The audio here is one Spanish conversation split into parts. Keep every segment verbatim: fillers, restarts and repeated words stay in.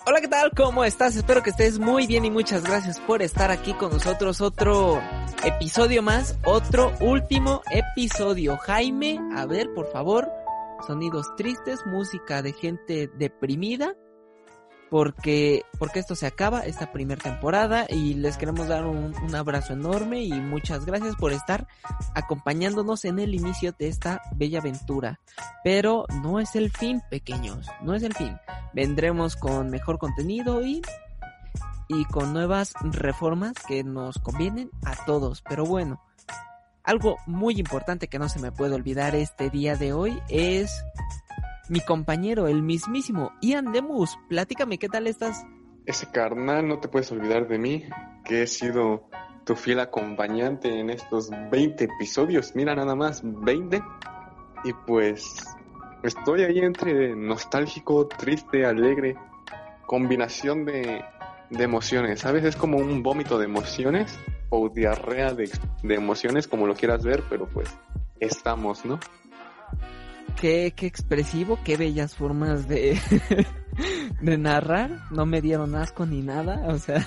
Hola, ¿qué tal? ¿Cómo estás? Espero que estés muy bien y muchas gracias por estar aquí con nosotros. Otro episodio más, otro último episodio. Jaime, a ver, por favor, sonidos tristes, música de gente deprimida, porque porque esto se acaba, esta primera temporada, y les queremos dar un, un abrazo enorme y muchas gracias por estar acompañándonos en el inicio de esta bella aventura. Pero no es el fin, pequeños, no es el fin. Vendremos con mejor contenido y, y con nuevas reformas que nos convienen a todos. Pero bueno, algo muy importante que no se me puede olvidar este día de hoy es mi compañero, el mismísimo Ian Lemus. Platícame, ¿qué tal estás? Ese carnal, no te puedes olvidar de mí, que he sido tu fiel acompañante en estos veinte episodios. Mira, nada más, veinte. Y pues estoy ahí entre nostálgico, triste, alegre, combinación de, de emociones, ¿sabes? Es como un vómito de emociones o diarrea de, de emociones, como lo quieras ver, pero pues estamos, ¿no? Qué, qué expresivo, qué bellas formas de, de narrar. No me dieron asco ni nada, o sea.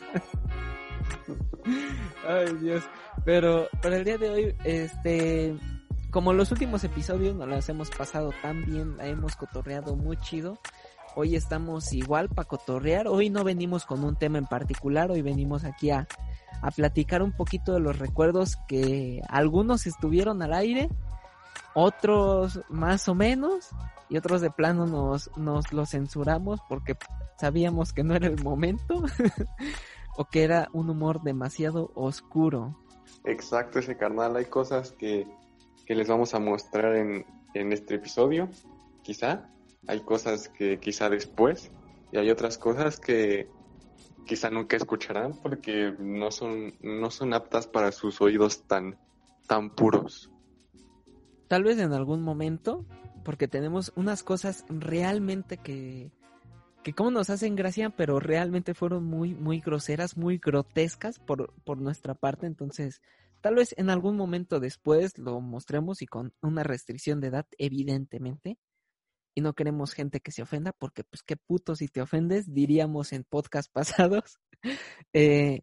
Ay, Dios. Pero, pero el día de hoy, este, como los últimos episodios nos los hemos pasado tan bien, la hemos cotorreado muy chido. Hoy estamos igual para cotorrear. Hoy no venimos con un tema en particular, hoy venimos aquí a, a platicar un poquito de los recuerdos que algunos estuvieron al aire, otros más o menos, y otros de plano nos, nos lo censuramos porque sabíamos que no era el momento o que era un humor demasiado oscuro. Exacto, ese carnal. Hay cosas que, que les vamos a mostrar en, en este episodio, quizá. Hay cosas que quizá después, y hay otras cosas que quizá nunca escucharán porque no son, no son aptas para sus oídos tan, tan puros. Tal vez en algún momento, porque tenemos unas cosas realmente que, que como nos hacen gracia, pero realmente fueron muy, muy groseras, muy grotescas por, por nuestra parte. Entonces, tal vez en algún momento después lo mostremos y con una restricción de edad, evidentemente. Y no queremos gente que se ofenda, porque pues qué puto si te ofendes, diríamos en podcast pasados. eh,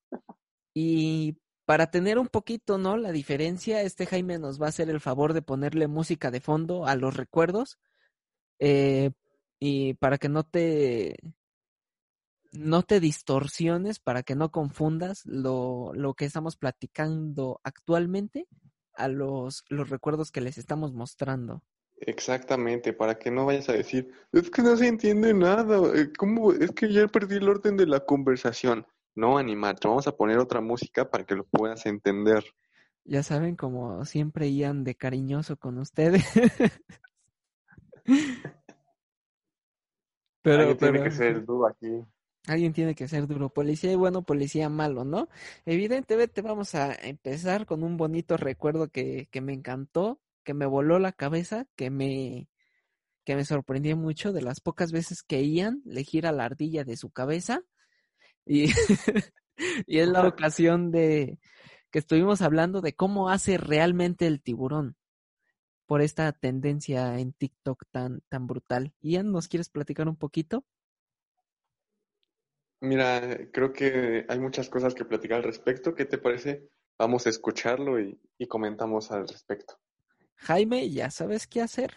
y para tener un poquito, ¿no?, la diferencia, este Jaime nos va a hacer el favor de ponerle música de fondo a los recuerdos, eh, y para que no te no te distorsiones, para que no confundas lo, lo que estamos platicando actualmente a los, los recuerdos que les estamos mostrando. Exactamente, para que no vayas a decir, es que no se entiende nada, eh, ¿cómo? Es que ya perdí el orden de la conversación. No, animal, te vamos a poner otra música para que lo puedas entender. Ya saben, como siempre Ian de cariñoso con ustedes. pero, Alguien tiene pero... que ser el dúo aquí. Alguien tiene que ser duro, policía y bueno, policía malo, ¿no? Evidentemente vamos a empezar con un bonito recuerdo que, que me encantó, que me voló la cabeza, que me, que me sorprendió mucho, de las pocas veces que Ian le gira la ardilla de su cabeza. Y, y es la ocasión de que estuvimos hablando de cómo hace realmente el tiburón, por esta tendencia en TikTok tan, tan brutal. Ian, ¿nos quieres platicar un poquito? Mira, creo que hay muchas cosas que platicar al respecto. ¿Qué te parece? Vamos a escucharlo y, y comentamos al respecto. Jaime, ya sabes qué hacer.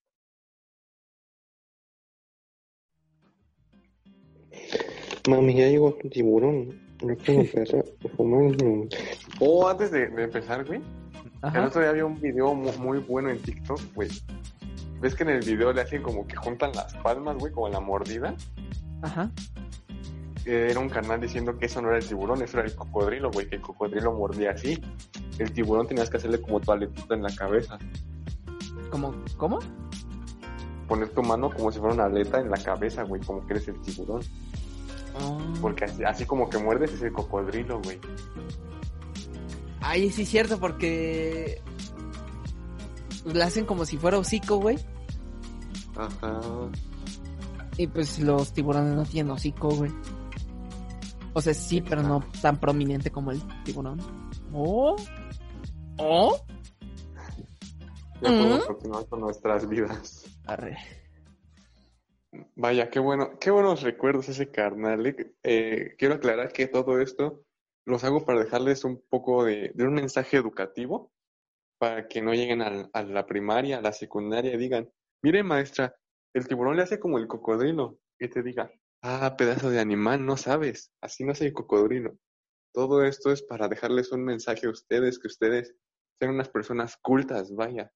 Mami, ya llegó tu tiburón. No puedo empezar a fumar. Oh, antes de, de empezar, güey. El Ajá. otro día había un video muy, muy bueno en TikTok, güey. ¿Ves que en el video le hacen como que juntan las palmas, güey, como en la mordida? Ajá. Era un canal diciendo que eso no era el tiburón, eso era el cocodrilo, güey, que el cocodrilo mordía así. El tiburón tenías que hacerle como tu aletita en la cabeza. ¿Cómo? ¿Cómo? Poner tu mano como si fuera una aleta en la cabeza, güey, como que eres el tiburón. Oh. Porque así, así como que muerdes es el cocodrilo, güey. Ay, sí es cierto, porque la hacen como si fuera hocico, güey. Ajá. Y pues los tiburones no tienen hocico, güey. O sea, sí, pero no tan prominente como el tiburón. ¿Oh? ¿Oh? Ya podemos continuar con nuestras vidas. Arre. Vaya, qué bueno, qué buenos recuerdos ese carnal. Eh, Eh, quiero aclarar que todo esto los hago para dejarles un poco de, de un mensaje educativo para que no lleguen al- a, la primaria, a la secundaria y digan, mire maestra, el tiburón le hace como el cocodrilo. Y te diga, ah, pedazo de animal, no sabes, así no es el cocodrilo. Todo esto es para dejarles un mensaje a ustedes, que ustedes sean unas personas cultas, vaya.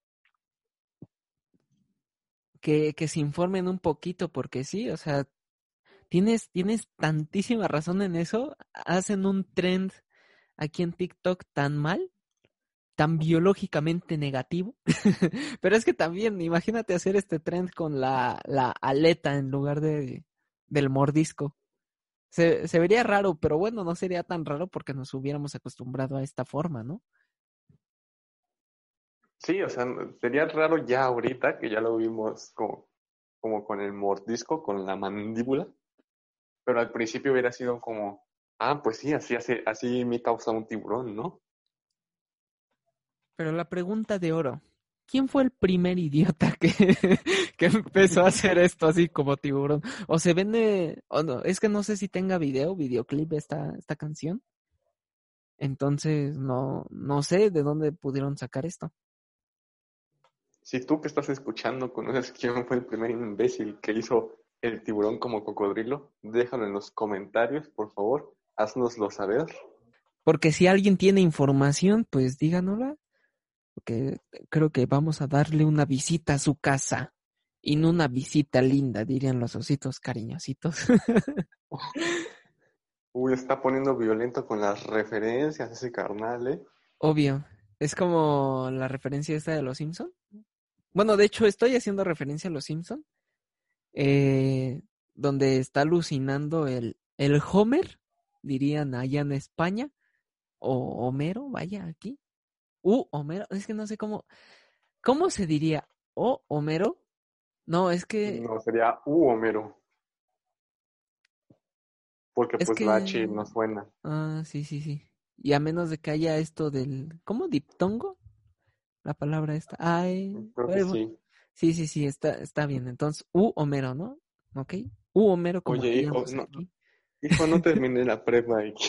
Que, que se informen un poquito, porque sí, o sea, tienes, tienes tantísima razón en eso. Hacen un trend aquí en TikTok tan mal, tan biológicamente negativo. Pero es que también, imagínate hacer este trend con la, la aleta en lugar de, del mordisco. Se, se vería raro, pero bueno, no sería tan raro porque nos hubiéramos acostumbrado a esta forma, ¿no? Sí, o sea, sería raro ya ahorita, que ya lo vimos como, como con el mordisco, con la mandíbula, pero al principio hubiera sido como, ah, pues sí, así, así, así me causa un tiburón, ¿no? Pero la pregunta de oro, ¿quién fue el primer idiota que, que empezó a hacer esto así como tiburón? O se vende, o no, es que no sé si tenga video, videoclip esta, esta canción. Entonces, no, no sé de dónde pudieron sacar esto. Si tú que estás escuchando conoces quién fue el primer imbécil que hizo el tiburón como cocodrilo, déjalo en los comentarios, por favor, haznoslo saber. Porque si alguien tiene información, pues díganosla. Porque creo que vamos a darle una visita a su casa. Y no una visita linda, dirían los ositos cariñositos. Uy, está poniendo violento con las referencias ese carnal, ¿eh? Obvio. Es como la referencia esta de los Simpson. Bueno, de hecho, estoy haciendo referencia a los Simpson. Eh, donde está alucinando el, el Homer, dirían allá en España. O Homero, vaya aquí. U Homero, es que no sé cómo. ¿Cómo se diría? ¿O Homero? No, es que. No, sería U Homero, porque Es pues la H que. no suena. Ah, sí, sí, sí. Y a menos de que haya esto del. ¿Cómo? ¿Diptongo? La palabra esta. Ay. Creo que Bueno, sí. sí, sí, sí, está, está bien. Entonces, U Homero, ¿no? ¿Ok? U Homero, como Oye, hijo, diríamos no, aquí. hijo, no terminé la prepa y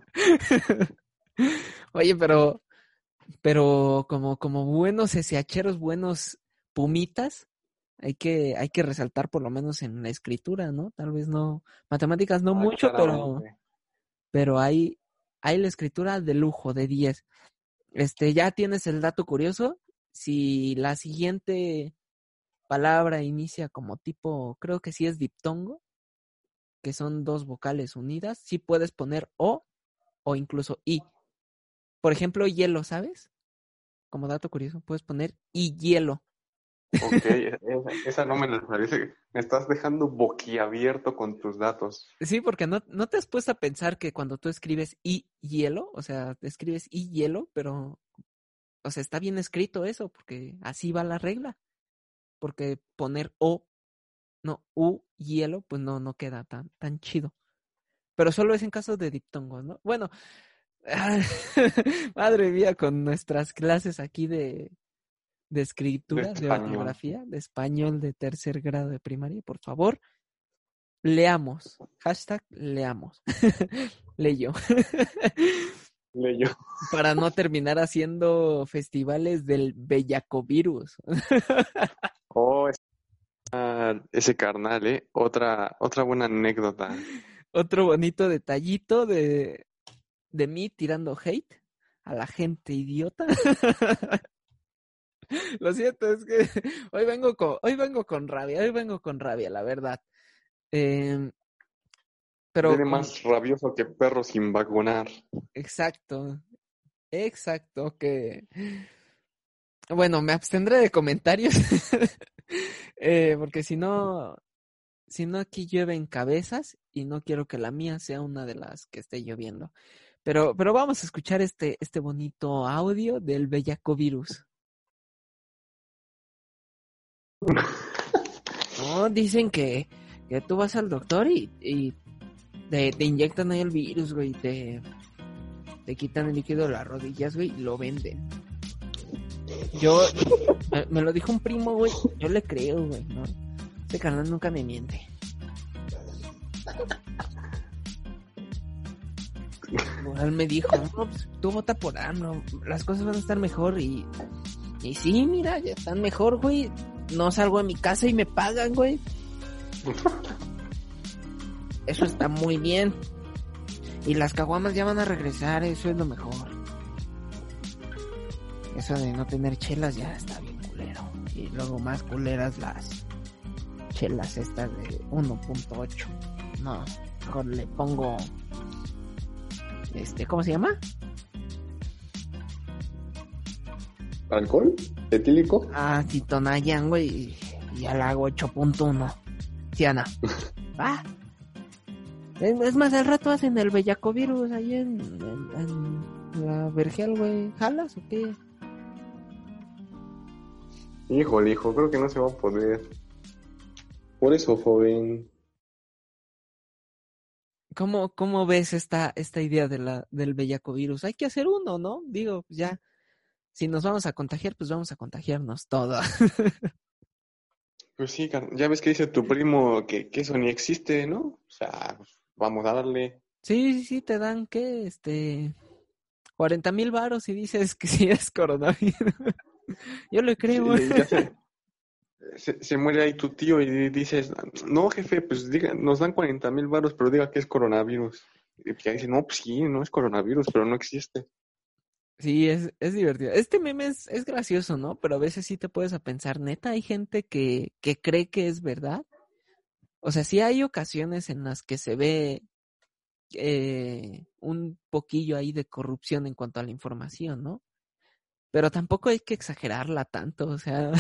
Oye, pero. Pero como, como buenos SHeros, buenos pumitas, hay que, hay que resaltar por lo menos en la escritura, ¿no? Tal vez no. Matemáticas no ah, mucho, pero. claramente. pero hay, hay la escritura de lujo, de diez. Este, ya tienes el dato curioso. Si la siguiente palabra inicia como tipo, creo que sí es diptongo, que son dos vocales unidas, sí puedes poner o o incluso i. Por ejemplo, hielo, ¿sabes? Como dato curioso, puedes poner y hielo. Ok, e- esa, esa no me la parece. Me estás dejando boquiabierto con tus datos. Sí, porque no, no te has puesto a pensar que cuando tú escribes y hielo, o sea, te escribes y hielo, pero, o sea, está bien escrito eso, porque así va la regla. Porque poner o, no, u, hielo, pues no, no queda tan, tan chido. Pero solo es en caso de diptongo, ¿no? Bueno, madre mía, con nuestras clases aquí de, de De escritura, de español. ortografía, de español de tercer grado de primaria, por favor, leamos. Hashtag leamos. Leyo. Leyó. Para no terminar haciendo festivales del bellacovirus. Oh, es- ah, ese carnal, ¿eh? Otra, otra buena anécdota. Otro bonito detallito de, de mí tirando hate a la gente idiota. Lo siento, es que hoy vengo con, hoy vengo con rabia, hoy vengo con rabia, la verdad. Eh, pero Viene como, más rabioso que perro sin vacunar. exacto, exacto, que bueno, me abstendré de comentarios, eh, porque si no, si no aquí llueven cabezas y no quiero que la mía sea una de las que esté lloviendo. Pero, pero vamos a escuchar este, este bonito audio del bellacovirus. No, dicen que, que tú vas al doctor y, y te, te inyectan ahí el virus, güey, te, te quitan el líquido de las rodillas, güey, y lo venden. Yo, me, me lo dijo un primo, güey, yo le creo, güey, ¿no? Este carnal nunca me miente. Él me dijo, no, pues, tú vota por AMLO, las cosas van a estar mejor y... Y sí, mira, ya están mejor, güey. No salgo de mi casa y me pagan, güey. Eso está muy bien. Y las caguamas ya van a regresar, eso es lo mejor. Eso de no tener chelas ya está bien culero. Y luego más culeras las chelas estas de uno punto ocho. No, mejor le pongo... Este, ¿cómo se llama? ¿Alcohol? ¿Etílico? Ah, sí, Tonayan, güey. Y ya la hago ocho punto uno. ¿Sí, Ana? Ah. Es, es más, al rato hacen el bellacovirus ahí en, en, en la Vergel, güey. ¿Jalas o qué? Híjole, hijo, creo que no se va a poder. Por eso, joven. ¿Cómo, cómo ves esta, esta idea de la, del bellacovirus? Hay que hacer uno, ¿no? Digo, pues ya. Si nos vamos a contagiar, pues vamos a contagiarnos todo. Pues sí, car- ya ves que dice tu primo que, que eso ni existe, ¿no? O sea, pues, vamos a darle. Sí, sí, sí, te dan, ¿qué? Este... cuarenta mil varos y dices que sí es coronavirus. Yo le Sí, creo. ya se, se, se muere ahí tu tío y dices, no, jefe, pues diga, nos dan cuarenta mil varos, pero diga que es coronavirus. Y ya dice, no, pues sí, no es coronavirus, pero no existe. Sí, es, es divertido. Este meme es, es gracioso, ¿no? Pero a veces sí te puedes a pensar, neta, hay gente que, que cree que es verdad. O sea, sí hay ocasiones en las que se ve eh, un poquillo ahí de corrupción en cuanto a la información, ¿no? Pero tampoco hay que exagerarla tanto, o sea,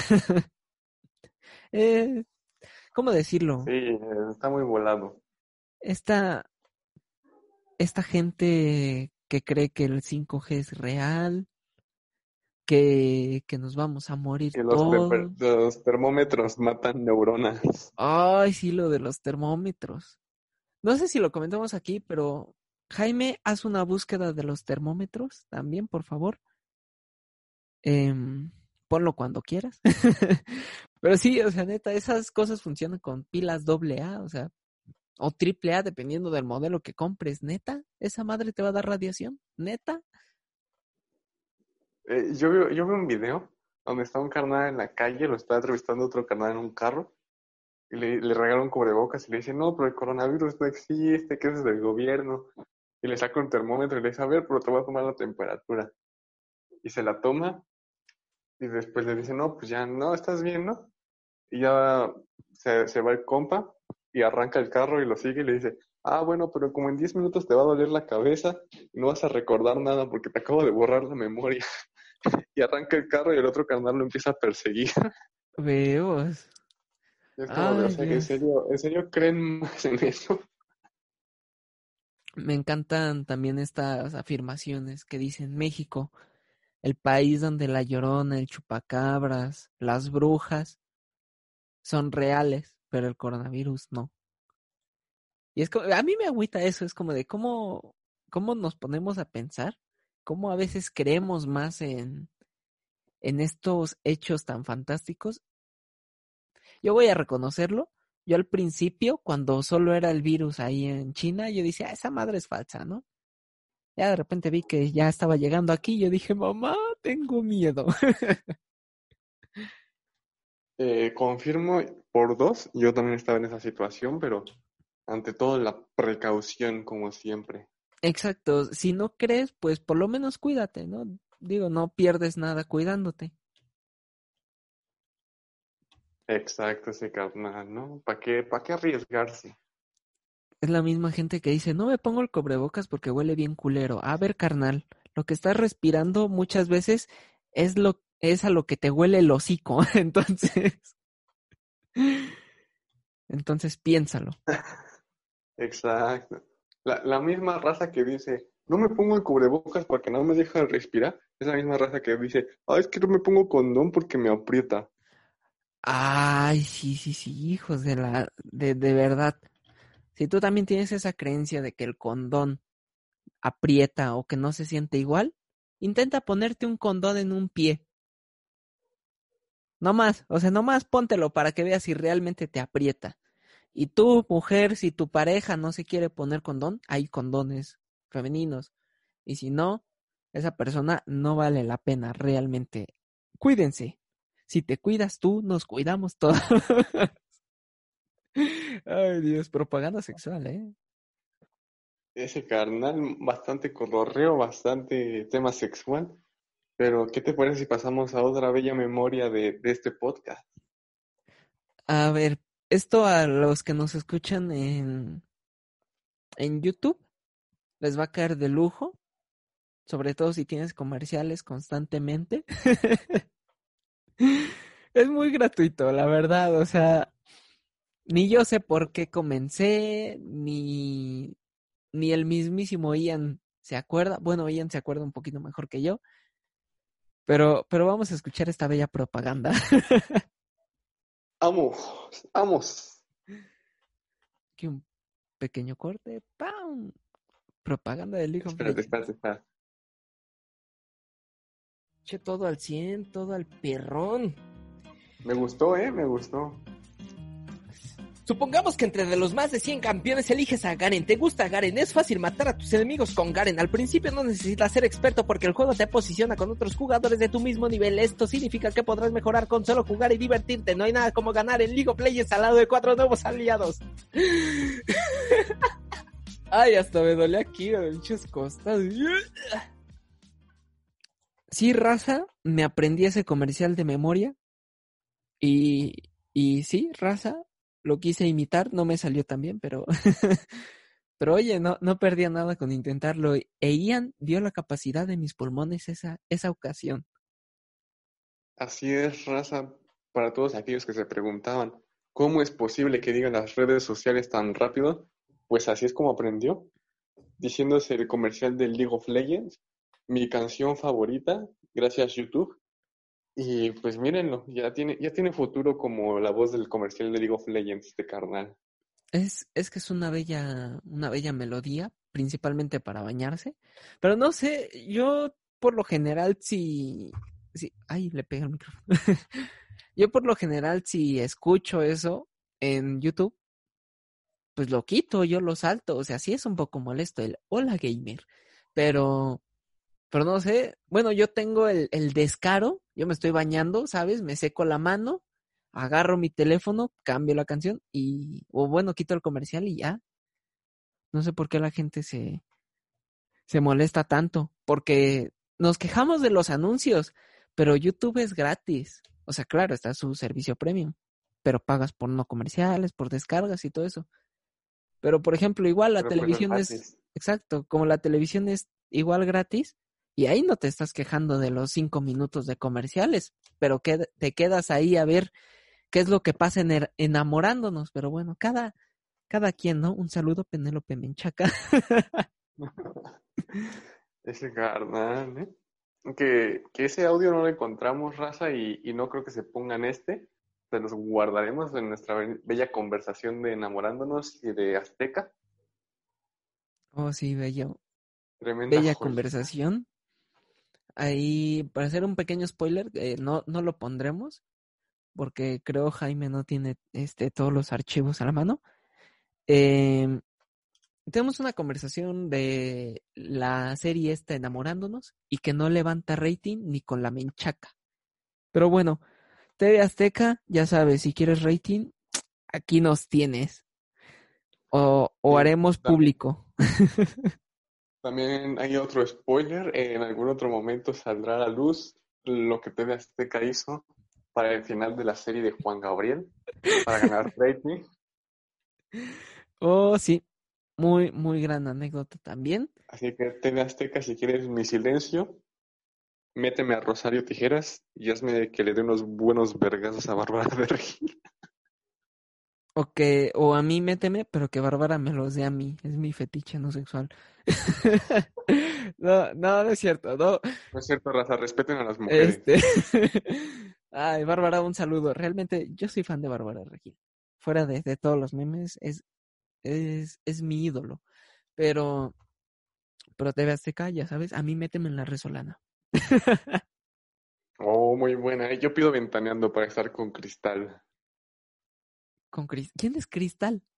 eh, ¿cómo decirlo? Sí, eh, está muy volado. Esta, esta gente que cree que el cinco G es real, que, que nos vamos a morir Que los, teper- todos. los termómetros matan neuronas. Ay, sí, lo de los termómetros. No sé si lo comentamos aquí, pero Jaime, haz una búsqueda de los termómetros también, por favor. Em, ponlo cuando quieras. Pero sí, o sea, neta, esas cosas funcionan con pilas doble A, o sea, o triple A, dependiendo del modelo que compres. Neta, esa madre te va a dar radiación. Neta. Eh, yo, veo- yo veo un video donde está un carnal en la calle, lo está entrevistando otro carnal en un carro, y le, le regalan un cubrebocas y le dice, no, pero el coronavirus no existe, que eso es del gobierno. Y le saca un termómetro y le dice, a ver, pero te voy a tomar la temperatura. Y se la toma y después le dice, no, pues ya, no, estás bien, ¿no? Y ya se, se va el compa y arranca el carro y lo sigue y le dice, ah, bueno, pero como en diez minutos te va a doler la cabeza y no vas a recordar nada porque te acabo de borrar la memoria. Y arranca el carro y el otro carnal lo empieza a perseguir. Veos. Y es como de, o Ay, sea, ¿en Dios. serio, en serio creen más en eso? Me encantan también estas afirmaciones que dicen México, el país donde la Llorona, el chupacabras, las brujas son reales, pero el coronavirus no. Y es como, a mí me agüita eso, es como de cómo, cómo nos ponemos a pensar, cómo a veces creemos más en, en estos hechos tan fantásticos. Yo voy a reconocerlo. Yo al principio, cuando solo era el virus ahí en China, yo decía, ah, esa madre es falsa, ¿no? Ya de repente vi que ya estaba llegando aquí, yo dije, mamá, tengo miedo. Eh, confirmo por dos, yo también estaba en esa situación, pero ante todo la precaución como siempre. Exacto, si no crees, pues por lo menos cuídate, ¿no? Digo, no pierdes nada cuidándote. Exacto, ese carnal, ¿no? ¿Para qué, para qué arriesgarse? Es la misma gente que dice, no me pongo el cubrebocas porque huele bien culero. A ver, carnal, lo que estás respirando muchas veces es lo es a lo que te huele el hocico. Entonces, entonces piénsalo. Exacto. La, la misma raza que dice, no me pongo el cubrebocas porque no me deja respirar, es la misma raza que dice, ah, es que no me pongo condón porque me aprieta. Ay, sí, sí, sí, hijos de la de, de verdad. Si tú también tienes esa creencia de que el condón aprieta o que no se siente igual, intenta ponerte un condón en un pie. No más, o sea, no más póntelo para que veas si realmente te aprieta. Y tú, mujer, si tu pareja no se quiere poner condón, hay condones femeninos. Y si no, esa persona no vale la pena realmente. Cuídense. Si te cuidas tú, nos cuidamos todos. Ay, Dios, propaganda sexual, ¿eh? Ese carnal, bastante cotorreo, bastante tema sexual. Pero, ¿qué te parece si pasamos a otra bella memoria de, de este podcast? A ver, esto a los que nos escuchan en, en YouTube les va a caer de lujo, sobre todo si tienes comerciales constantemente. Es muy gratuito, la verdad, o sea, ni yo sé por qué comencé, ni, ni el mismísimo Ian se acuerda. Bueno, Ian se acuerda un poquito mejor que yo, pero, pero vamos a escuchar esta bella propaganda. ¡Vamos! ¡Vamos! Aquí un pequeño corte, ¡pam! Propaganda de League of Espérate, Legends. espérate, espérate. Che, todo al cien, todo al perrón. Me gustó, ¿eh? Me gustó. Supongamos que entre de los más de cien campeones eliges a Garen. ¿Te gusta Garen? Es fácil matar a tus enemigos con Garen. Al principio no necesitas ser experto porque el juego te posiciona con otros jugadores de tu mismo nivel. Esto significa que podrás mejorar con solo jugar y divertirte. No hay nada como ganar en League of Legends al lado de cuatro nuevos aliados. Ay, hasta me dolía aquí, de pinches costas. Sí, raza, me aprendí ese comercial de memoria. Y, y sí, raza, lo quise imitar, no me salió tan bien, pero, pero oye, no, no perdía nada con intentarlo. E Ian vio la capacidad de mis pulmones esa, esa ocasión. Así es, raza, para todos aquellos que se preguntaban, ¿cómo es posible que digan las redes sociales tan rápido? Pues así es como aprendió, diciéndose el comercial de League of Legends, mi canción favorita, gracias YouTube. Y pues mírenlo, ya tiene, ya tiene futuro como la voz del comercial de League of Legends, este carnal. Es, es que es una bella, una bella melodía, principalmente para bañarse. Pero no sé, yo por lo general si, si, ay, le pega el micrófono. Yo por lo general si escucho eso en YouTube, pues lo quito, yo lo salto. O sea, sí es un poco molesto el hola gamer. Pero, pero no sé, bueno, yo tengo el, el descaro, yo me estoy bañando, ¿sabes? Me seco la mano, agarro mi teléfono, cambio la canción y, o bueno, quito el comercial y ya. No sé por qué la gente se, se molesta tanto, porque nos quejamos de los anuncios, pero YouTube es gratis. O sea, claro, está su servicio premium, pero pagas por no comerciales, por descargas y todo eso. Pero, por ejemplo, igual la Pero pues no es televisión es, gratis. exacto, como la televisión es igual gratis, y ahí no te estás quejando de los cinco minutos de comerciales, pero que te quedas ahí a ver qué es lo que pasa en er- enamorándonos. Pero bueno, cada, cada quien, ¿no? Un saludo, Penélope Menchaca. Ese carnal, ¿eh? Que, que ese audio no lo encontramos, raza, y, y no creo que se pongan este. Se los guardaremos en nuestra be- bella conversación de enamorándonos y de Azteca. Oh, sí, bello, Tremenda bella joyita. conversación. Ahí, para hacer un pequeño spoiler, eh, no, no lo pondremos, porque creo Jaime no tiene este, todos los archivos a la mano. Eh, tenemos una conversación de la serie esta Enamorándonos y que no levanta rating ni con la menchaca. Pero bueno, T V Azteca, ya sabes, si quieres rating, aquí nos tienes. O, o Y haremos también, público. también hay otro spoiler. En algún otro momento saldrá a la luz lo que T V Azteca hizo para el final de la serie de Juan Gabriel, para ganar rating. Oh, sí, muy, muy gran anécdota también. Así que T V Azteca, si quieres mi silencio, méteme a Rosario Tijeras y hazme que le dé unos buenos vergazos a Bárbara de Regil. O que, o a mí méteme, pero que Bárbara me los dé a mí. Es mi fetiche no sexual. No, no, no es cierto, no. No es cierto, raza, respeten a las mujeres. Este. Ay, Bárbara, un saludo. Realmente, yo soy fan de Bárbara Regil. Fuera de, de todos los memes, es, es, es mi ídolo. Pero, pero T V Azteca, ya sabes, a mí méteme en la resolana. Oh, muy buena. ¿Eh? Yo pido ventaneando para estar con Cristal. Con Cris- ¿Quién es Cristal?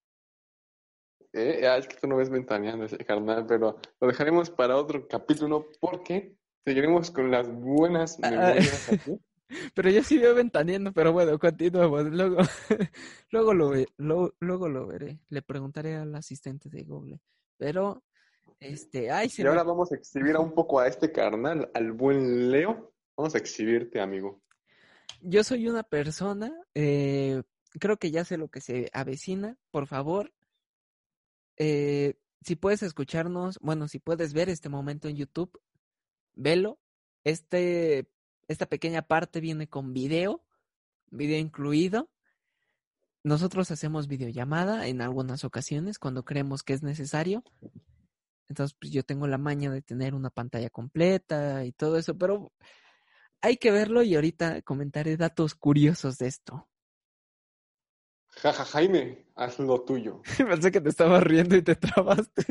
Eh, ah, es que tú no ves ventaneando ese carnal, pero lo dejaremos para otro capítulo porque seguiremos con las buenas memorias aquí. Pero yo sí veo ventaneando, pero bueno, continuamos. Luego, luego lo ve, luego, luego lo veré. Le preguntaré al asistente de Google. Pero, este, ay, se Y me... ahora vamos a exhibir a un poco a este carnal, al buen Leo. Vamos a exhibirte, amigo. Yo soy una persona, eh, creo que ya sé lo que se avecina. Por favor, eh, si puedes escucharnos, bueno, si puedes ver este momento en YouTube, velo. Este, esta pequeña parte viene con video, video incluido. Nosotros hacemos videollamada en algunas ocasiones cuando creemos que es necesario. Entonces, pues yo tengo la maña de tener una pantalla completa y todo eso, pero hay que verlo y ahorita comentaré datos curiosos de esto. Jaja, Jaime, haz lo tuyo. Pensé que te estabas riendo y te trabaste.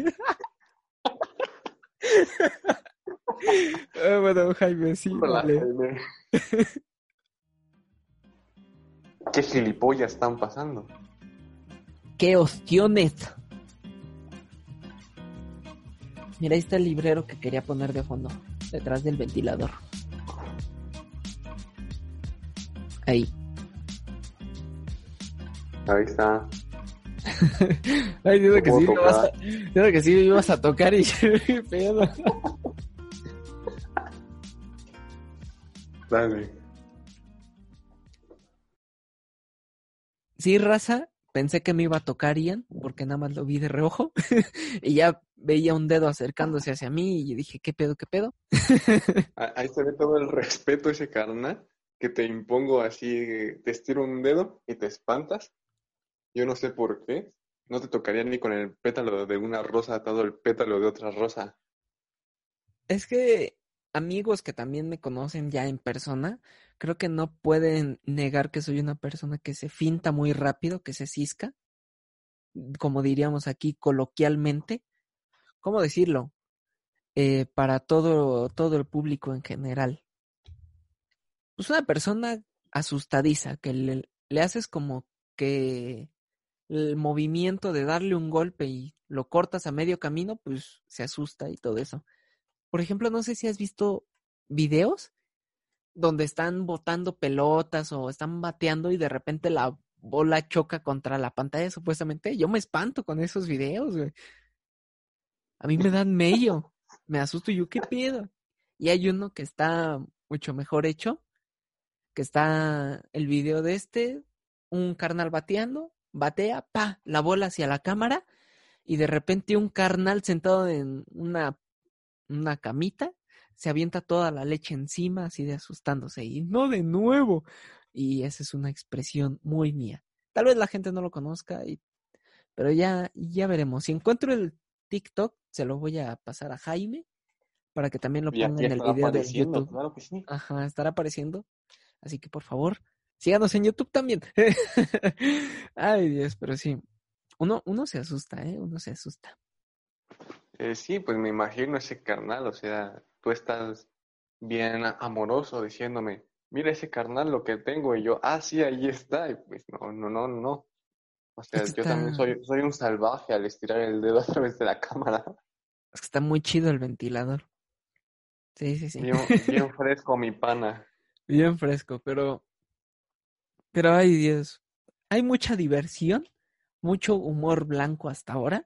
Ah, bueno, Jaime, sí, Hola, dale. Jaime. ¿Qué gilipollas están pasando? ¡Qué ostiones! Mira, ahí está el librero que quería poner de fondo, detrás del ventilador. Ahí. Ahí está. Ay, digo que, sí, ¿Puedo vas a, tocar? digo que sí me ibas a tocar y qué pedo. Dale. Sí, raza, pensé que me iba a tocar Ian, porque nada más lo vi de reojo, y ya veía un dedo acercándose hacia mí, y dije, ¿qué pedo, qué pedo? Ah, ahí se ve todo el respeto ese carnal que te impongo así, te estiro un dedo y te espantas. Yo no sé por qué. No te tocaría ni con el pétalo de una rosa atado al pétalo de otra rosa. Es que amigos que también me conocen ya en persona, creo que no pueden negar que soy una persona que se finta muy rápido, que se cisca, como diríamos aquí coloquialmente. ¿Cómo decirlo? Eh, para todo, todo el público en general. Pues una persona asustadiza, que le, le haces como que el movimiento de darle un golpe y lo cortas a medio camino, pues se asusta y todo eso. Por ejemplo, no sé si has visto videos donde están botando pelotas o están bateando y de repente la bola choca contra la pantalla, supuestamente. Yo me espanto con esos videos, güey. A mí me dan mello, me asusto y yo, ¿qué pedo? Y hay uno que está mucho mejor hecho, que está el video de este, un carnal bateando, batea, pa, la bola hacia la cámara y de repente un carnal sentado en una, una camita se avienta toda la leche encima así de asustándose y no de nuevo. Y esa es una expresión muy mía. Tal vez la gente no lo conozca, y, pero ya, ya veremos. Si encuentro el TikTok, se lo voy a pasar a Jaime para que también lo Y ponga aquí en el estará video de apareciendo, YouTube. claro que sí. Ajá, estará apareciendo. Así que por favor, síganos en YouTube también. Ay, Dios, pero sí. Uno, uno se asusta, ¿eh? Uno se asusta. Eh, sí, pues me imagino ese carnal, o sea, tú estás bien amoroso diciéndome, mira ese carnal lo que tengo, y yo, ah, sí, ahí está, y pues no, no, no, no. O Es sea, que yo también está, soy, soy un salvaje al estirar el dedo a través de la cámara. es que está muy chido el ventilador. Sí, sí, sí. Bien, bien fresco mi pana. Bien fresco, pero, pero ay, Dios. Hay mucha diversión, mucho humor blanco hasta ahora.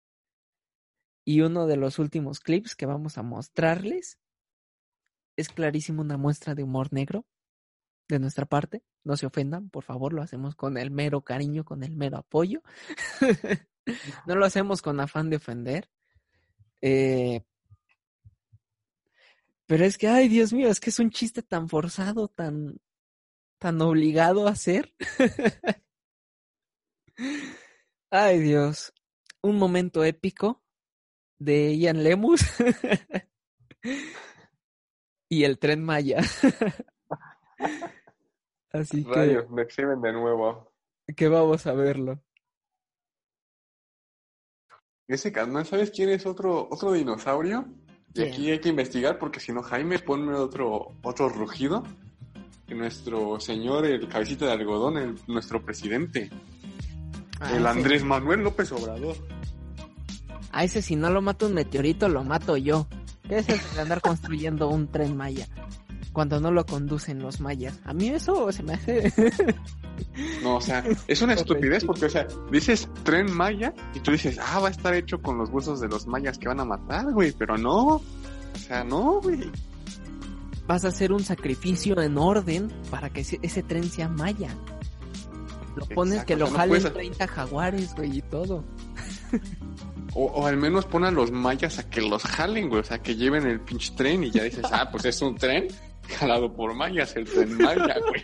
Y uno de los últimos clips que vamos a mostrarles es clarísimo una muestra de humor negro de nuestra parte. No se ofendan, por favor, lo hacemos con el mero cariño, con el mero apoyo. No lo hacemos con afán de ofender. Eh, pero es que, ay, Dios mío, es que es un chiste tan forzado, tan, tan obligado a hacer. Ay, Dios. Un momento épico de Ian Lemus y el Tren Maya. Así que, Rayos, me exhiben de nuevo. que vamos a verlo. Ese carnal, ¿sabes quién es otro, otro dinosaurio? Y ¿Quién? aquí hay que investigar porque si no, Jaime, ponme otro, otro rugido. Que nuestro señor, el cabecita de algodón, el, nuestro presidente, Ah, el ese- Andrés Manuel López Obrador. A ese si no lo mata un meteorito, lo mato yo. ¿Qué es eso de andar construyendo un tren maya cuando no lo conducen los mayas? A mí eso se me hace... No, o sea, es una estupidez porque, o sea, dices tren maya y tú dices, ah, va a estar hecho con los huesos de los mayas que van a matar, güey, pero no, o sea, no, güey. Vas a hacer un sacrificio en orden para que ese, ese tren sea maya. Lo pones Exacto, que lo o sea, no jalen puedes- treinta jaguares, güey, y todo. O, o al menos pon a los mayas a que los jalen, güey, o sea, que lleven el pinche tren y ya dices, ah, pues es un tren jalado por mayas, el tren maya, güey.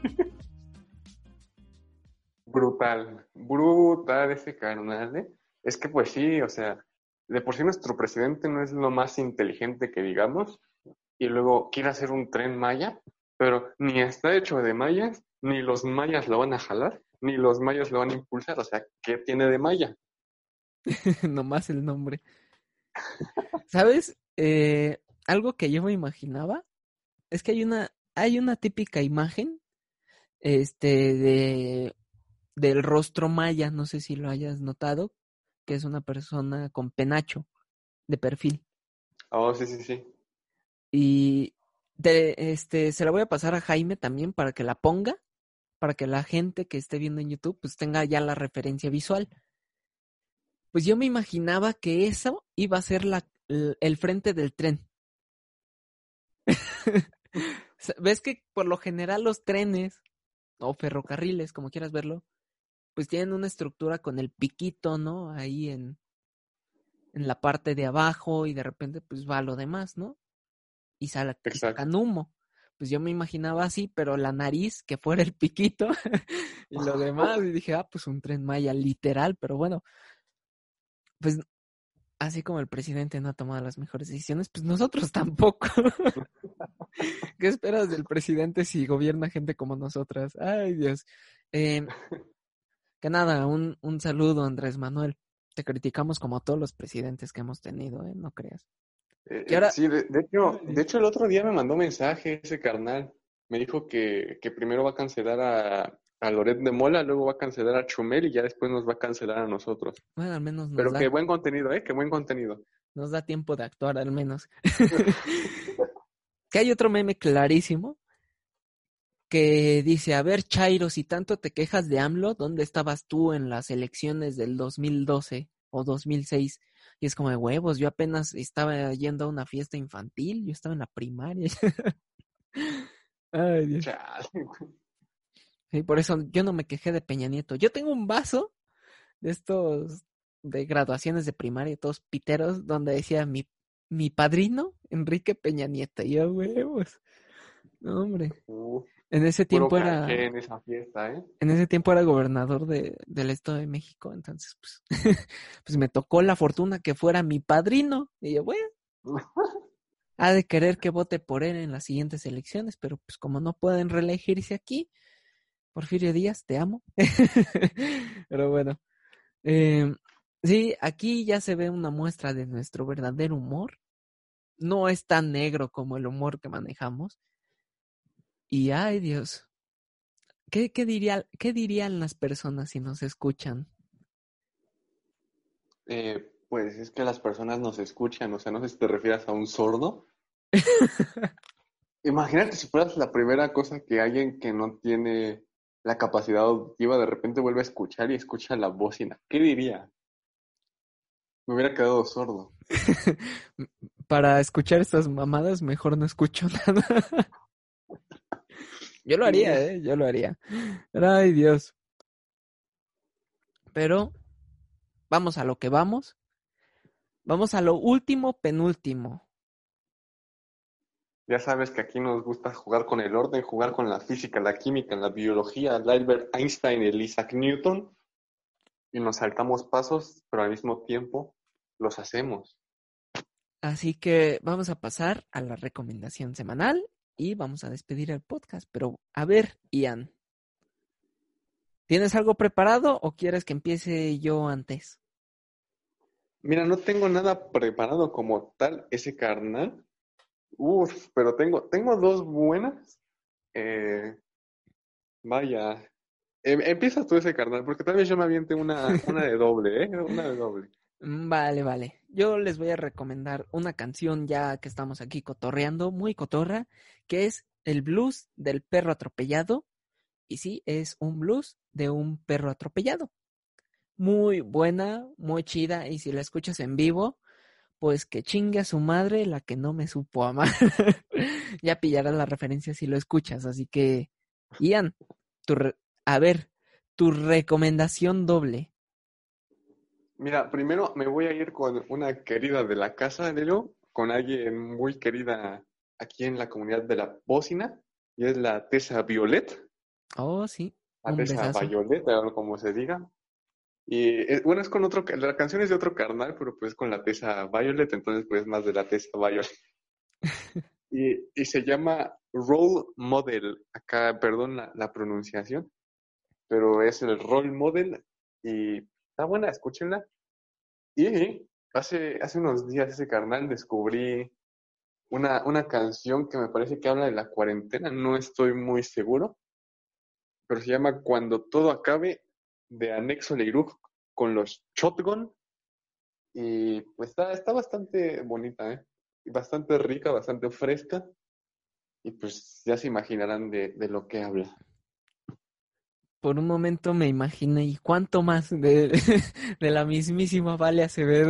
Brutal, brutal ese carnal, ¿eh? Es que pues sí, o sea, de por sí nuestro presidente no es lo más inteligente que digamos, y luego quiere hacer un tren maya, pero ni está hecho de mayas, ni los mayas lo van a jalar, ni los mayas lo van a impulsar, o sea, ¿qué tiene de maya? Nomás el nombre. ¿Sabes? Eh, algo que yo me imaginaba es que hay una, hay una típica imagen, este, de, del rostro maya, no sé si lo hayas notado, que es una persona con penacho de perfil. Oh, sí, sí, sí. Y de, este, se la voy a pasar a Jaime también para que la ponga, para que la gente que esté viendo en YouTube pues tenga ya la referencia visual. Pues yo me imaginaba que eso iba a ser la, el, el frente del tren. ¿Ves que por lo general los trenes o ferrocarriles, como quieras verlo, pues tienen una estructura con el piquito, ¿no? Ahí en, en la parte de abajo y de repente pues va lo demás, ¿no? Y, sal, y Exacto. sacan humo. Pues yo me imaginaba así, pero la nariz que fuera el piquito y lo demás. Y dije, ah, pues un tren Maya, literal, pero bueno, pues así como el presidente no ha tomado las mejores decisiones, pues nosotros tampoco. ¿Qué esperas del presidente si gobierna gente como nosotras? Ay, Dios. Eh, que nada, un, un saludo, Andrés Manuel. Te criticamos como todos los presidentes que hemos tenido, ¿eh? No creas. Eh, Y eh, ahora, sí, de, de hecho, de hecho el otro día me mandó un mensaje ese carnal. Me dijo que, que primero va a cancelar a, a Loret de Mola, luego va a cancelar a Chumel y ya después nos va a cancelar a nosotros. bueno, al menos nos Pero qué da, buen contenido, ¿eh? Qué buen contenido. nos da tiempo de actuar, al menos. Que hay otro meme clarísimo que dice, a ver, Chairo, si tanto te quejas de AMLO, ¿dónde estabas tú en las elecciones del dos mil doce o dos mil seis? Y es como de huevos, yo apenas estaba yendo a una fiesta infantil, yo estaba en la primaria. Ay, Dios. Chale. Sí, por eso yo no me quejé de Peña Nieto. Yo tengo un vaso de estos de graduaciones de primaria, todos piteros, donde decía mi, mi padrino, Enrique Peña Nieto. Y yo, huevos. No, hombre. Uh, En ese puro tiempo era, caché en esa fiesta, ¿eh? en ese tiempo era gobernador de, del Estado de México, entonces pues, pues me tocó la fortuna que fuera mi padrino. Y yo, bueno, ha de querer que vote por él en las siguientes elecciones, pero pues como no pueden reelegirse aquí, Porfirio Díaz, te amo. Pero bueno, eh, sí, aquí ya se ve una muestra de nuestro verdadero humor. No es tan negro como el humor que manejamos. Y ay Dios, ¿qué, qué, diría, qué dirían las personas si nos escuchan? Eh, pues es que las personas nos escuchan, o sea, no sé si te refieres a un sordo. Imagínate si fueras la primera cosa que alguien que no tiene la capacidad auditiva de repente vuelve a escuchar y escucha la bocina. ¿Qué diría? Me hubiera quedado sordo. Para escuchar estas mamadas, mejor no escucho nada. Yo lo haría, ¿eh? Yo lo haría. Pero, ay, Dios. Pero vamos a lo que vamos. Vamos a lo último, penúltimo. Ya sabes que aquí nos gusta jugar con el orden, jugar con la física, la química, la biología, el Albert Einstein, el Isaac Newton, y nos saltamos pasos, pero al mismo tiempo los hacemos. Así que vamos a pasar a la recomendación semanal y vamos a despedir el podcast. Pero, a ver, Ian, ¿tienes algo preparado o quieres que empiece yo antes? Mira, no tengo nada preparado como tal ese carnal. Uf, pero tengo, tengo dos buenas. Eh, vaya. Em- empieza tú ese carnal, porque tal vez yo me aviente una, una de doble, ¿eh? Una de doble. Vale, vale. Yo les voy a recomendar una canción ya que estamos aquí cotorreando, muy cotorra, que es el blues del perro atropellado. Y sí, es un blues de un perro atropellado. Muy buena, muy chida. Y si la escuchas en vivo, pues que chingue a su madre la que no me supo amar. Ya pillarás la referencia si lo escuchas. Así que, Ian, tu re- a ver, tu recomendación doble. Mira, primero me voy a ir con una querida de la casa de Leo, con alguien muy querida aquí en la comunidad de la Bócina, y es la Tessa Violet, Oh, sí, la un Tessa besazo. Violet, o como se diga. Y eh, bueno, es con otro, la canción es de otro carnal, pero pues con la Tessa Violet, entonces pues más de la Tessa Violet. Y, y se llama Role Model, acá, perdón la, la pronunciación, pero es el Role Model y está buena, escúchenla. Y hace, hace unos días ese carnal descubrí una, una canción que me parece que habla de la cuarentena, no estoy muy seguro, pero se llama Cuando todo acabe, de Anexo Leirug con los Shotgun, y pues está, está bastante bonita, ¿eh? Y bastante rica, bastante fresca, y pues ya se imaginarán de, de lo que habla. Por un momento me imaginé, ¿y cuánto más de, de la mismísima Vale Acevedo?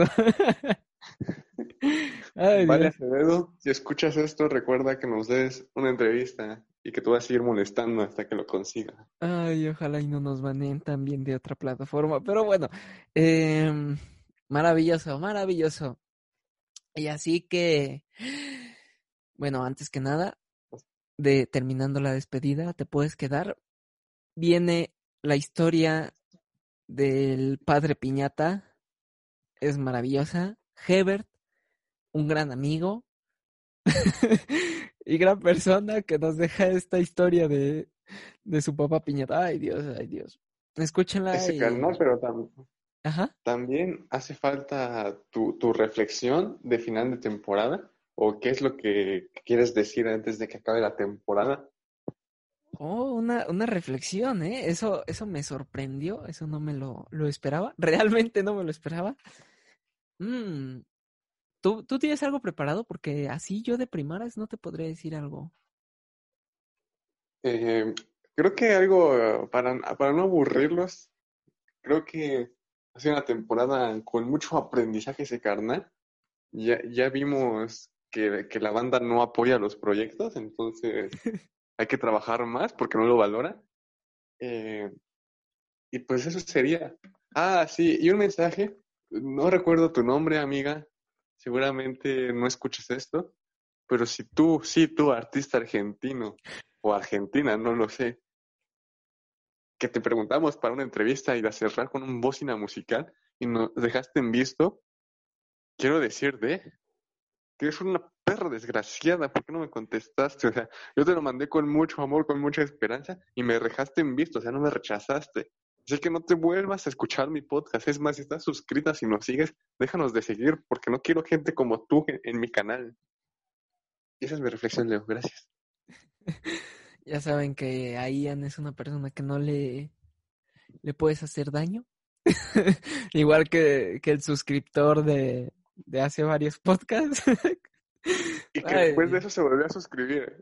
Ay, Vale, Dios. Acevedo, si escuchas esto, recuerda que nos des una entrevista y que tú vas a seguir molestando hasta que lo consiga. Ay, ojalá y no nos baneen también de otra plataforma. Pero bueno, em, maravilloso, maravilloso. Y así que, bueno, antes que nada, de terminando la despedida, te puedes quedar. Viene la historia del padre Piñata. Es maravillosa. Hebert, un gran amigo y gran persona que nos deja esta historia de, de su papá Piñata. Ay, Dios, ay, Dios. Escúchenla Ese y... canal, pero tam- Ajá. también hace falta tu, tu reflexión de final de temporada, o qué es lo que quieres decir antes de que acabe la temporada. Oh, una, una reflexión, ¿eh? Eso, eso me sorprendió, eso no me lo, lo esperaba, realmente no me lo esperaba. Mm, ¿tú, tú tienes algo preparado? Porque así yo de primeras no te podré decir algo. Eh, Creo que algo, eh, para, para no aburrirlos, creo que ha sido una temporada con mucho aprendizaje ese carnal. Ya, ya vimos que, que la banda no apoya los proyectos, entonces hay que trabajar más porque no lo valora. Eh, y pues eso sería. Ah, sí, y un mensaje. No recuerdo tu nombre, amiga. Seguramente no escuchas esto, pero si tú, sí, tú, artista argentino o argentina, no lo sé, que te preguntamos para una entrevista y la cerrar con un bocina musical y nos dejaste en visto, quiero decirte que eres una perra desgraciada, ¿por qué no me contestaste? O sea, yo te lo mandé con mucho amor, con mucha esperanza y me dejaste en visto, o sea, no me rechazaste. Así que no te vuelvas a escuchar mi podcast. Es más, si estás suscrita, si nos sigues, déjanos de seguir porque no quiero gente como tú en, en mi canal. Y esa es mi reflexión, Leo. Gracias. Ya saben que a Ian es una persona que no le, le puedes hacer daño. Igual que, que el suscriptor de, de hace varios podcasts. Y que Ay, después de Dios. eso se volvió a suscribir.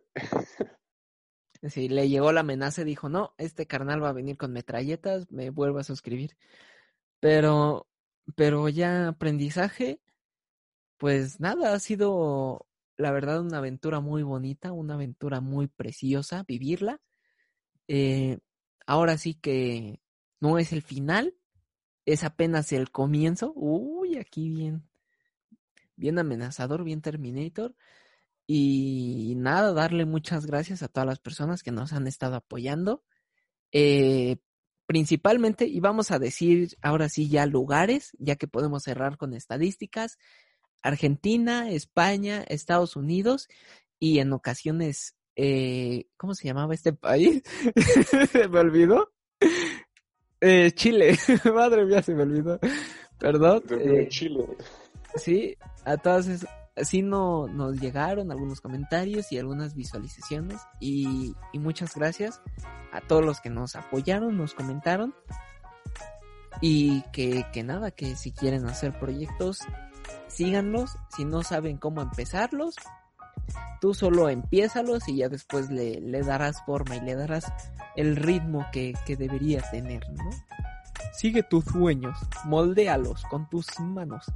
Sí, le llegó la amenaza y dijo, no, este carnal va a venir con metralletas, me vuelvo a suscribir. Pero, pero ya aprendizaje, pues nada, ha sido la verdad una aventura muy bonita, una aventura muy preciosa, vivirla. Eh, ahora sí que no es el final, es apenas el comienzo. Uy, aquí bien, bien amenazador, bien Terminator. Y nada, darle muchas gracias a todas las personas que nos han estado apoyando. Eh, principalmente, y vamos a decir ahora sí ya lugares, ya que podemos cerrar con estadísticas, Argentina, España, Estados Unidos y en ocasiones, eh, ¿cómo se llamaba este país? Se me olvidó. Eh, Chile, madre mía, se me olvidó. Perdón. De Eh, Chile. sí, a todas es, sí no, nos llegaron algunos comentarios y algunas visualizaciones y, y muchas gracias a todos los que nos apoyaron, nos comentaron. Y que, que nada, que si quieren hacer proyectos, síganlos. Si no saben cómo empezarlos, tú solo empiézalos y ya después le, le darás forma y le darás el ritmo que, que debería tener, ¿no? Sigue tus sueños, moldéalos con tus manos.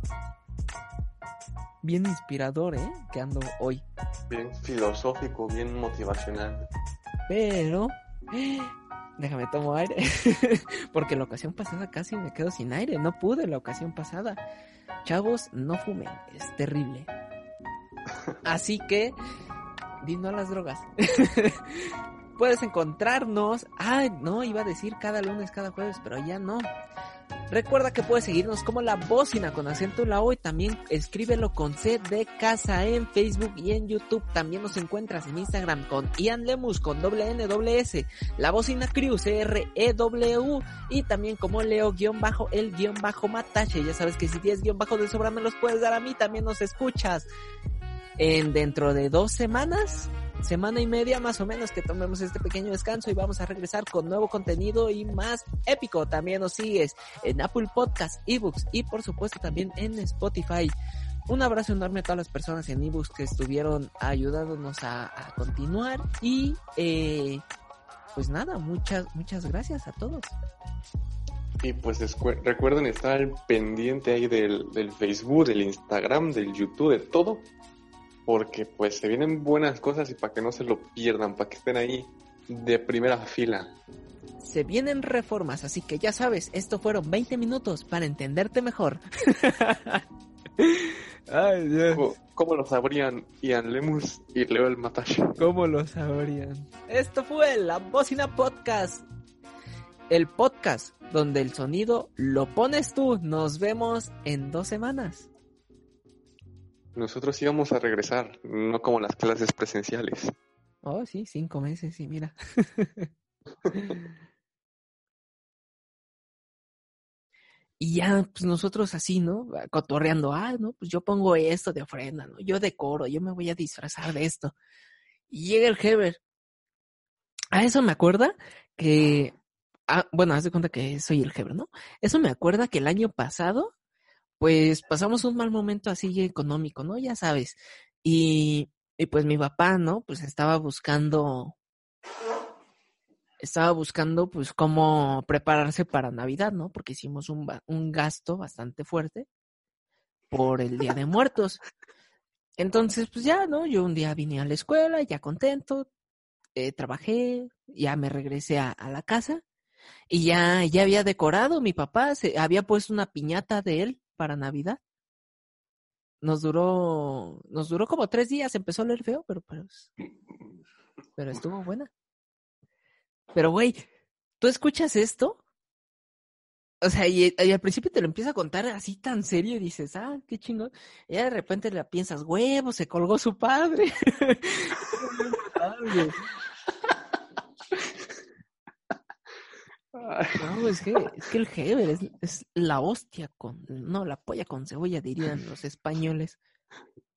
Bien inspirador, ¿eh? Que ando hoy. Bien filosófico, bien motivacional. Pero... déjame tomar aire. Porque la ocasión pasada casi me quedo sin aire. No pude la ocasión pasada. Chavos, no fumen. Es terrible. Así que... di no a las drogas. Puedes encontrarnos... ay, no, iba a decir cada lunes, cada jueves, pero ya no. Recuerda que puedes seguirnos como La Bocina con acento en la O y también escríbelo con C de casa en Facebook y en YouTube. También nos encuentras en Instagram con Ian Lemus con doble N doble S, La Bocina Crew C R E W y también como Leo guión bajo el guión bajo Matache. Ya sabes que si tienes guión bajo de sobra me los puedes dar a mí, también nos escuchas. En dentro de dos semanas, semana y media más o menos, que tomemos este pequeño descanso y vamos a regresar con nuevo contenido y más épico. También nos sigues en Apple Podcasts, eBooks y por supuesto también en Spotify. Un abrazo enorme a todas las personas en eBooks que estuvieron ayudándonos a, a continuar y eh, pues nada, muchas muchas gracias a todos. Y pues descu- recuerden estar al pendiente ahí del, del Facebook, del Instagram, del YouTube, de todo. Porque pues se vienen buenas cosas y para que no se lo pierdan, para que estén ahí de primera fila. Se vienen reformas, así que ya sabes, esto fueron veinte minutos para entenderte mejor. Ay, Dios. ¿Cómo, cómo lo sabrían Ian Lemus y Leo el Matache? ¿Cómo lo sabrían? Esto fue La Bocina Podcast. El podcast donde el sonido lo pones tú. Nos vemos en dos semanas. Nosotros íbamos a regresar, no como las clases presenciales. Oh, sí, cinco meses, sí, mira. Y ya, pues nosotros así, ¿no? Cotorreando, ah, no, pues yo pongo esto de ofrenda, ¿no? Yo decoro, yo me voy a disfrazar de esto. Y llega el Heber. A eso me acuerda que, ah, bueno, haz de cuenta que soy el Heber, ¿no? Eso me acuerda que el año pasado, pues pasamos un mal momento así económico, ¿no? Ya sabes. Y, y pues mi papá, ¿no? Pues estaba buscando, estaba buscando pues cómo prepararse para Navidad, ¿no? Porque hicimos un, un gasto bastante fuerte por el Día de Muertos. Entonces, pues ya, ¿no? Yo un día vine a la escuela, ya contento, eh, trabajé, ya me regresé a, a la casa y ya, ya había decorado, mi papá se había puesto una piñata de él para Navidad. Nos duró, nos duró como tres días, empezó a oler feo, pero, pero, pero estuvo buena. Pero, güey, ¿tú escuchas esto? O sea, y, y al principio te lo empieza a contar así tan serio y dices, ah, qué chingón. Y ya de repente le piensas, huevo, se colgó su padre. No, es que, es que el Heber es, es la hostia con, no, la polla con cebolla dirían los españoles.